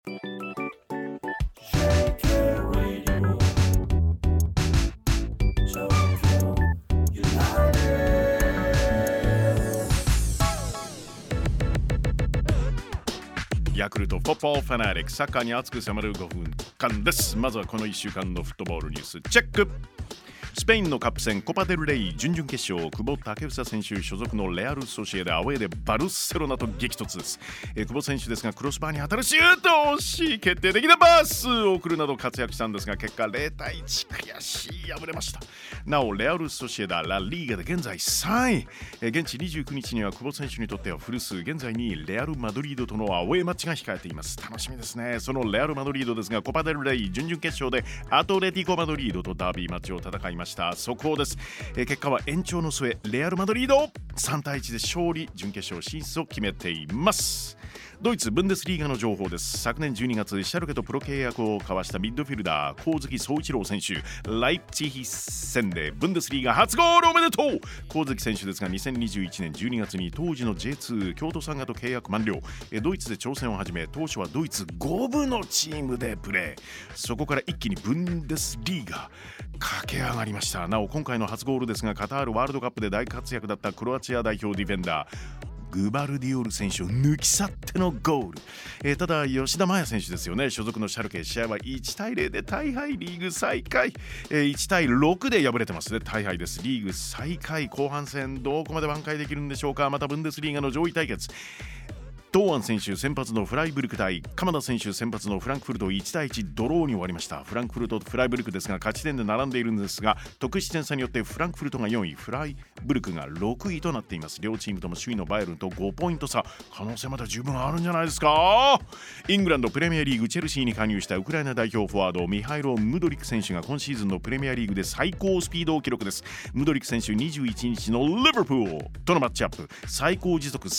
ヤクルトフォットボールファナリック、サッカーに熱く迫る5分間です。まずはこの1週間のフットボールニュースチェック。スペインのカップ戦コパデルレイ準々決勝、久保建英選手所属のレアルソシエダアウェーでバルセロナと激突です。久保選手ですがクロスバーに当たるシュート惜しい、決定的なパスを送るなど活躍したんですが、結果0対1悔しい、敗れました。なおレアルソシエダラリーガで現在3位、現地29日には久保選手にとっては古巣、現在2位レアルマドリードとのアウェーマッチが控えています。楽しみですね。そのレアルマドリードですがコパデルレイ準々決勝でアトレティコマドリードとダービーマッチを戦いました。速報です。結果は延長の末レアルマドリード3対1で勝利、準決勝進出を決めています。ドイツブンデスリーガの情報です。昨年12月シャルケとプロ契約を交わしたミッドフィルダー上月壮一郎選手、ライプチヒ戦でブンデスリーガ初ゴールおめでとう。上月選手ですが2021年12月に当時の J2 京都サンガと契約満了。ドイツで挑戦を始め、当初はドイツ5部のチームでプレー、そこから一気にブンデスリーガ駆け上がりました。なお今回の初ゴールですがカタールワールドカップで大活躍だったクロアチア代表ディフェンダーグバルディオル選手を抜き去ってのゴール。ただ吉田麻也選手ですよね、所属のシャルケ、試合は1対0で大敗、リーグ最下位、1対6で敗れてますね、大敗です。リーグ最下位、後半戦どこまで挽回できるんでしょうか。またブンデスリーガの上位対決、堂安選手先発のフライブルク対鎌田選手先発のフランクフルト1対1ドローに終わりました。フランクフルトとフライブルクですが勝ち点で並んでいるんですが、得失点差によってフランクフルトが4位、フライブルクが6位となっています。両チームとも首位のバイエルンと5ポイント差、可能性まだ十分あるんじゃないですか。イングランドプレミアリーグチェルシーに加入したウクライナ代表フォワードミハイロ・ムドリク選手が今シーズンのプレミアリーグで最高スピードを記録です。ムドリク選手21日のリバプールとのマッチアップ、最高時速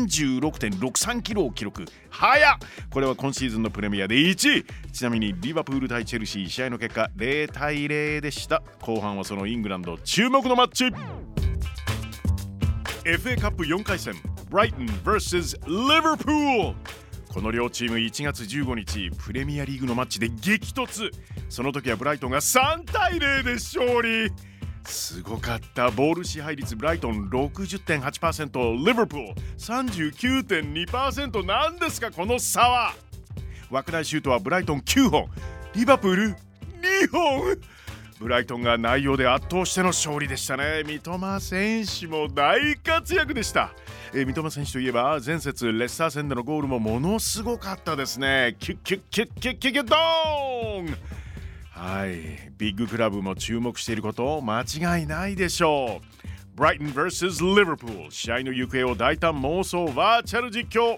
36.63 キロを記録、早っ。これは今シーズンのプレミアで1位。ちなみにリバプール対チェルシー、試合の結果0対0でした。後半はそのイングランド注目のマッチ、 FA カップ4回戦ブライトン vs リバプール。この両チーム1月15日プレミアリーグのマッチで激突。その時はブライトンが3対0で勝利、すごかった。ボール支配率ブライトン 60.8%、 リバプール 39.2%。 なんですかこの差は。枠内シュートはブライトン9本、リバプール2本。ブライトンが内容で圧倒しての勝利でしたね。三笘選手も大活躍でした。三笘選手といえば前節レスター戦でのゴールもものすごかったですね。キュッキュッキュッキュッキュッキュッドーン。はい、ビッグクラブも注目していること間違いないでしょう。ブライトン vs リバプール、試合の行方を大胆妄想バーチャル実況。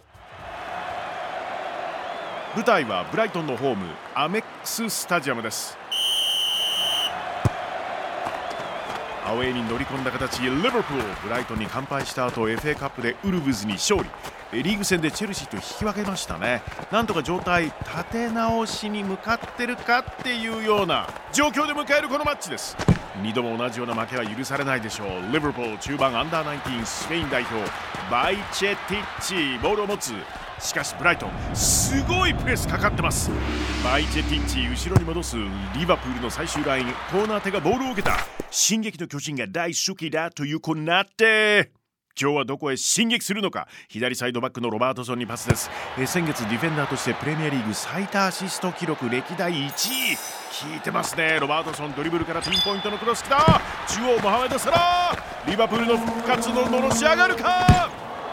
舞台はブライトンのホームアメックススタジアムです。アウェーに乗り込んだ形、リバプールブライトンに完敗した後 FA カップでウルブズに勝利、リーグ戦でチェルシーと引き分けましたね。なんとか状態立て直しに向かってるかっていうような状況で迎えるこのマッチです。2度も同じような負けは許されないでしょう。リバプール中盤アンダー19スペイン代表バイチェティッチボールを持つ。しかしブライトンすごいプレスかかってます。バイチェティッチ後ろに戻すリバプールの最終ライン、コーナー手がボールを受けた。進撃の巨人が大好きだという子になって今日はどこへ進撃するのか。左サイドバックのロバートソンにパスです。先月ディフェンダーとしてプレミアリーグ最多アシスト記録歴代1位、効いてますね。ロバートソンドリブルからピンポイントのクロスきた。中央モハメド・サラー、リバプールの復活ののろし上がるか。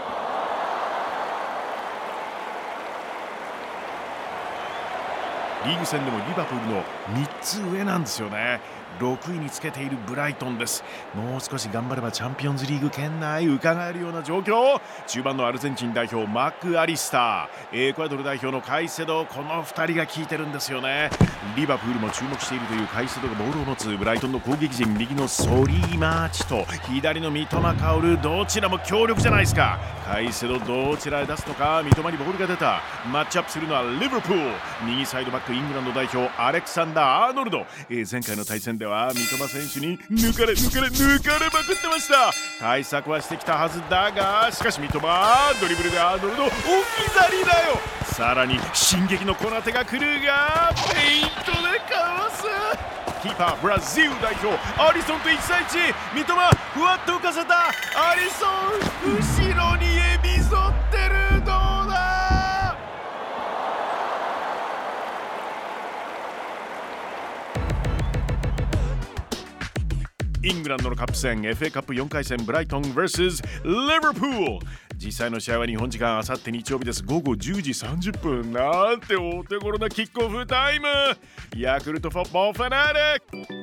リーグ戦でもリバプールの3つ上なんですよね。6位につけているブライトンです。もう少し頑張ればチャンピオンズリーグ圏内伺えるような状況。中盤のアルゼンチン代表マクアリスター、エクアドル代表のカイセド、この2人が効いてるんですよね。リバプールも注目しているというカイセドがボールを持つ。ブライトンの攻撃陣、右のソリーマーチと左の三笘薫、どちらも強力じゃないですか。カイセドどちらへ出すのか。三笘にボールが出た。マッチアップするのはリバプール。右サイドバックイングランド代表アレクサンダー・アーノルド。前回の対戦では三笘選手に抜かれまくってました。対策はしてきたはずだが、しかし三笘ドリブルでアーノルド置き去りだよ。 さらに進撃のコナテが来るがペイントでかわす。キーパーブラジル代表アリソンと1対1。三笘ふわっと浮かせた。アリソン後ろにエビ反ってる。どうだ。イングランドのカップ戦 FA カップ4回戦ブライトン vs リバプール。実際の試合は日本時間あさって日曜日です。午後10時30分。なんてお手頃なキックオフタイム。ヤクルトフォットボールファナリック。